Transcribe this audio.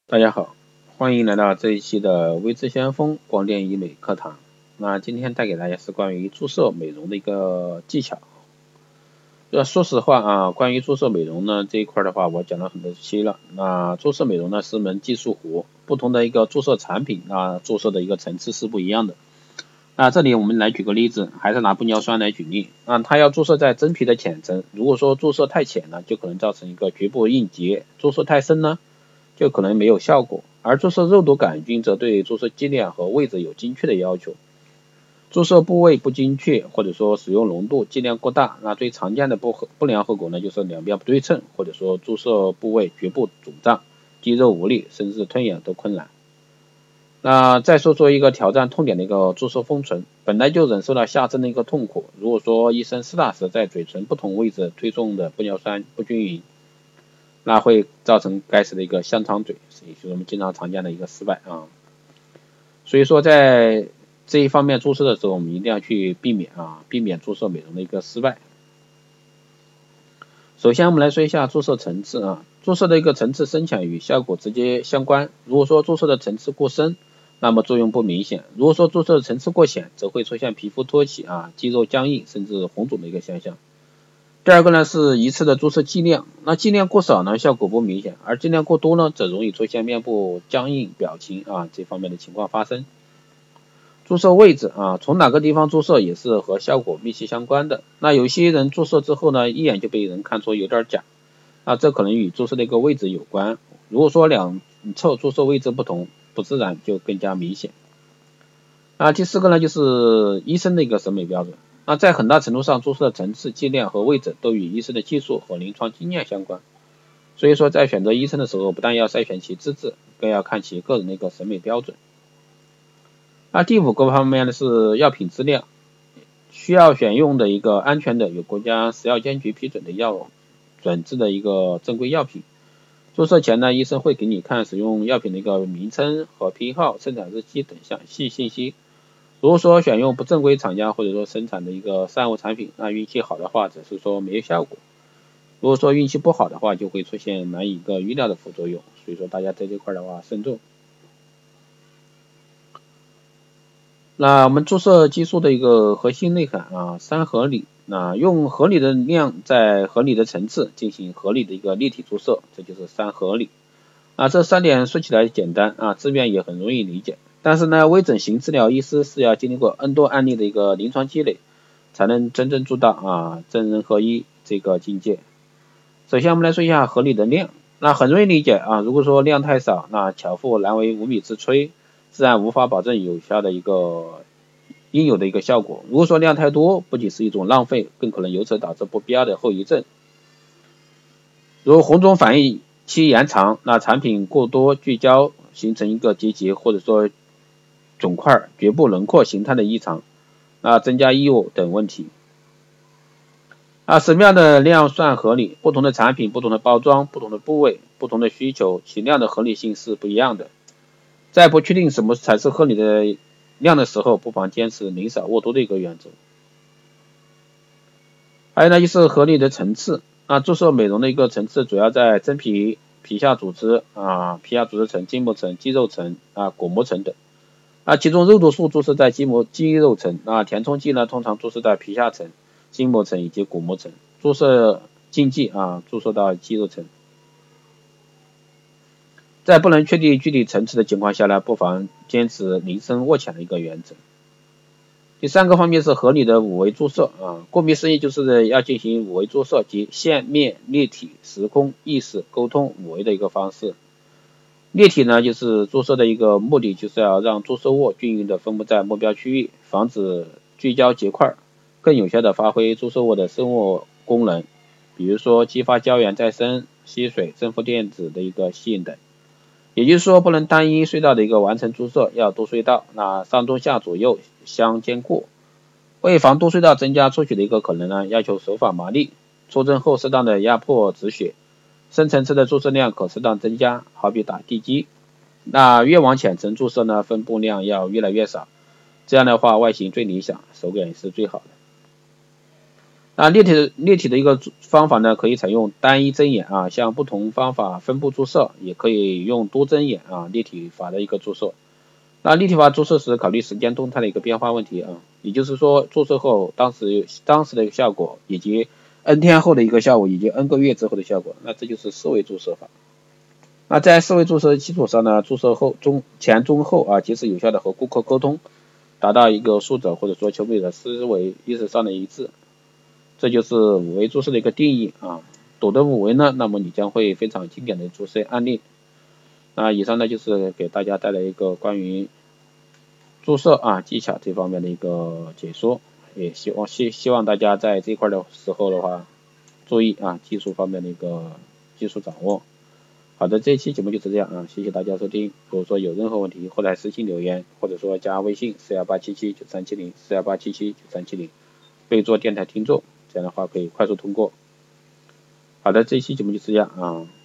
大家好，欢迎来到这一期的微知先锋光电医美课堂。那今天带给大家是关于注射美容的一个技巧。说实话啊，关于注射美容呢这一块的话，我讲了很多期了。那注射美容呢是门技术活，不同的一个注射产品啊，注射的一个层次是不一样的。那这里我们来举个例子，还是拿玻尿酸来举例啊，它要注射在真皮的浅层，如果说注射太浅呢，就可能造成一个局部硬结；注射太深呢，就可能没有效果。而注射肉毒杆菌则对注射剂量和位置有精确的要求，注射部位不精确，或者说使用浓度剂量过大，那最常见的不良后果呢，就是两边不对称，或者说注射部位局部肿胀、肌肉无力，甚至吞咽都困难。那再说一个挑战痛点的一个注射封唇，本来就忍受了下针的一个痛苦，如果说医生施打时在嘴唇不同位置推送的玻尿酸不均匀，那会造成该死的一个香肠嘴，也就是我们经常常见的一个失败啊。所以说在这一方面注射的时候，我们一定要去避免注射美容的一个失败。首先我们来说一下注射层次啊，注射的一个层次深浅与效果直接相关。如果说注射的层次过深，那么作用不明显；如果说注射的层次过浅，则会出现皮肤脱起啊、肌肉僵硬甚至红肿的一个现象。第二个呢是一次的注射剂量，那剂量过少呢效果不明显，而剂量过多呢则容易出现面部僵硬表情啊这方面的情况发生。注射位置啊，从哪个地方注射也是和效果密切相关的。那有些人注射之后呢，一眼就被人看出有点假，那这可能与注射的一个位置有关。如果说两侧注射位置不同，不自然就更加明显。第四个呢就是医生的一个审美标准。那在很大程度上，注射的层次、剂量和位置都与医生的技术和临床经验相关。所以说，在选择医生的时候，不但要筛选其资质，更要看其个人的一个审美标准。第五个方面呢是药品质量，需要选用的一个安全的、有国家食药监局批准的药准制的一个正规药品。注射前呢，医生会给你看使用药品的一个名称和批号、生产日期等详细信息。如果说选用不正规厂家或者说生产的一个赡物产品，那运气好的话只是说没有效果，如果说运气不好的话就会出现难以一个预料的副作用，所以说大家在这块的话慎重。那我们注射技术的一个核心内涵啊，三合理，那用合理的量在合理的层次进行合理的一个立体注射，这就是三合理。这三点说起来简单啊，字面也很容易理解。但是呢，微整形治疗医师是要经历过 N 多案例的一个临床积累，才能真正做到真人合一这个境界。首先我们来说一下合理的量，那很容易理解啊，如果说量太少，那巧妇难为无米之炊，自然无法保证有效的一个应有的一个效果。如果说量太多，不仅是一种浪费，更可能由此导致不必要的后遗症，如红肿反应期延长，那产品过多聚焦形成一个结节，或者说肿块、局部轮廓形态的异常，增加异物等问题。什么样的量算合理？不同的产品、不同的包装、不同的部位、不同的需求，其量的合理性是不一样的。在不确定什么才是合理的量的时候，不妨坚持宁少勿多的一个原则。还有呢，就是合理的层次。注射美容的一个层次主要在真皮、皮下组织皮下组织层、筋膜层、肌肉层果膜层等。其中肉毒素注射在肌肉层，填充剂呢通常注射在皮下层、筋膜层以及骨膜层，注射禁忌注射到肌肉层。在不能确定具体层次的情况下呢，不妨坚持宁深勿浅的一个原则。第三个方面是合理的五维注射顾名思义就是要进行五维注射，即线、面、立体、时空、意识、沟通五维的一个方式。立体呢就是注射的一个目的，就是要让注射物均匀的分布在目标区域，防止聚焦结块，更有效的发挥注射物的生物功能，比如说激发胶原再生、吸水、正负电子的一个吸引等。也就是说不能单一隧道的一个完成注射，要多隧道，上中下左右相兼顾。为防多隧道增加出血的一个可能呢，要求手法麻利，出针后适当的压迫止血，深层次的注射量可适当增加，好比打地基。越往浅层注射呢，分布量要越来越少，这样的话外形最理想，手感也是最好的。 那裂体的一个方法呢，可以采用单一针眼啊，像不同方法分布注射，也可以用多针眼啊裂体法的一个注射。那立体法注射时考虑时间动态的一个变化问题啊，也就是说注射后当时的一个效果，以及 N 天后的一个效果，以及 N 个月之后的效果，那这就是4维注射法。那在4维注射的基础上呢，注射后前中后啊，及时有效的和顾客沟通，达到一个术者或者说球迷的思维意识上的一致。这就是5维注射的一个定义啊。懂得5维呢，那么你将会非常经典的注射案例。那以上呢就是给大家带来一个关于注射啊技巧这方面的一个解说，也希望大家在这一块的时候的话，注意啊技术方面的一个技术掌握。好的，这一期节目就是这样啊，谢谢大家收听。如果说有任何问题，或者私信留言，或者说加微信418779370，418779370，备注电台听众，这样的话可以快速通过。好的，这一期节目就是这样啊。